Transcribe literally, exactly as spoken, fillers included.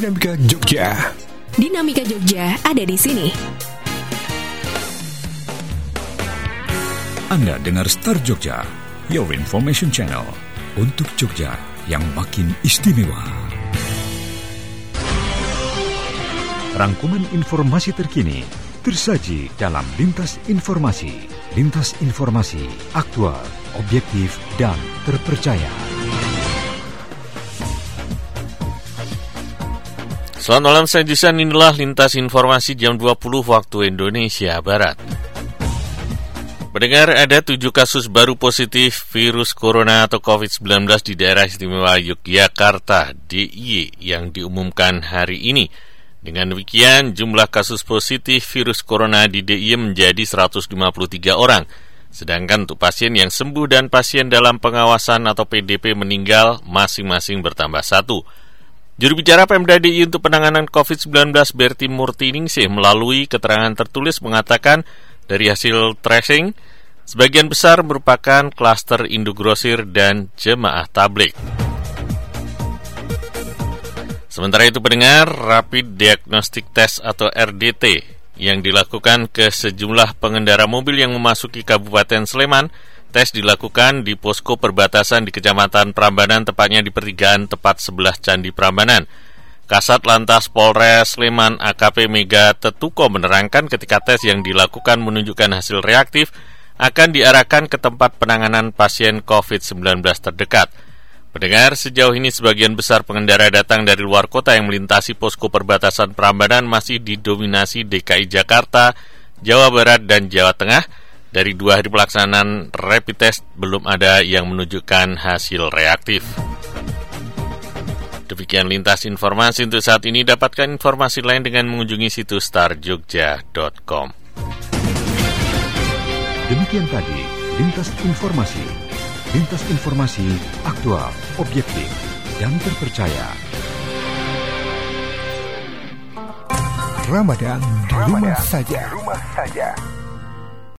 Dinamika Jogja. Dinamika Jogja ada di sini. Anda dengar Star Jogja, your information channel untuk Jogja yang makin istimewa. Rangkuman informasi terkini tersaji dalam Lintas Informasi. Lintas Informasi, aktual, objektif, dan terpercaya. Selamat malam, saya Jisan. Inilah Lintas Informasi jam dua puluh waktu Indonesia Barat. Mendengar ada tujuh kasus baru positif virus corona atau covid sembilan belas di daerah istimewa Yogyakarta D I Y yang diumumkan hari ini. Dengan demikian, jumlah kasus positif virus corona di D I Y menjadi seratus lima puluh tiga orang. Sedangkan untuk pasien yang sembuh dan pasien dalam pengawasan atau P D P meninggal masing-masing bertambah satu. Juru bicara Pemda D I Y untuk penanganan covid sembilan belas Berti Murtiningsih melalui keterangan tertulis mengatakan dari hasil tracing, sebagian besar merupakan klaster Indogrosir dan jemaah tabligh. Sementara itu pendengar, Rapid Diagnostic Test atau R D T yang dilakukan ke sejumlah pengendara mobil yang memasuki Kabupaten Sleman. Tes dilakukan di posko perbatasan di Kecamatan Prambanan, tepatnya di pertigaan tepat sebelah Candi Prambanan. Kasat Lantas Polres Sleman A K P Mega Tetuko menerangkan ketika tes yang dilakukan menunjukkan hasil reaktif, akan diarahkan ke tempat penanganan pasien covid sembilan belas terdekat. Pendengar, sejauh ini sebagian besar pengendara datang dari luar kota yang melintasi posko perbatasan Prambanan masih didominasi D K I Jakarta, Jawa Barat, dan Jawa Tengah. Dari dua hari pelaksanaan rapid test, belum ada yang menunjukkan hasil reaktif. Demikian lintas informasi untuk saat ini. Dapatkan informasi lain dengan mengunjungi situs star jogja dot com. Demikian tadi Lintas Informasi. Lintas Informasi, aktual, objektif, dan terpercaya. Ramadan di rumah saja. Rumah saja.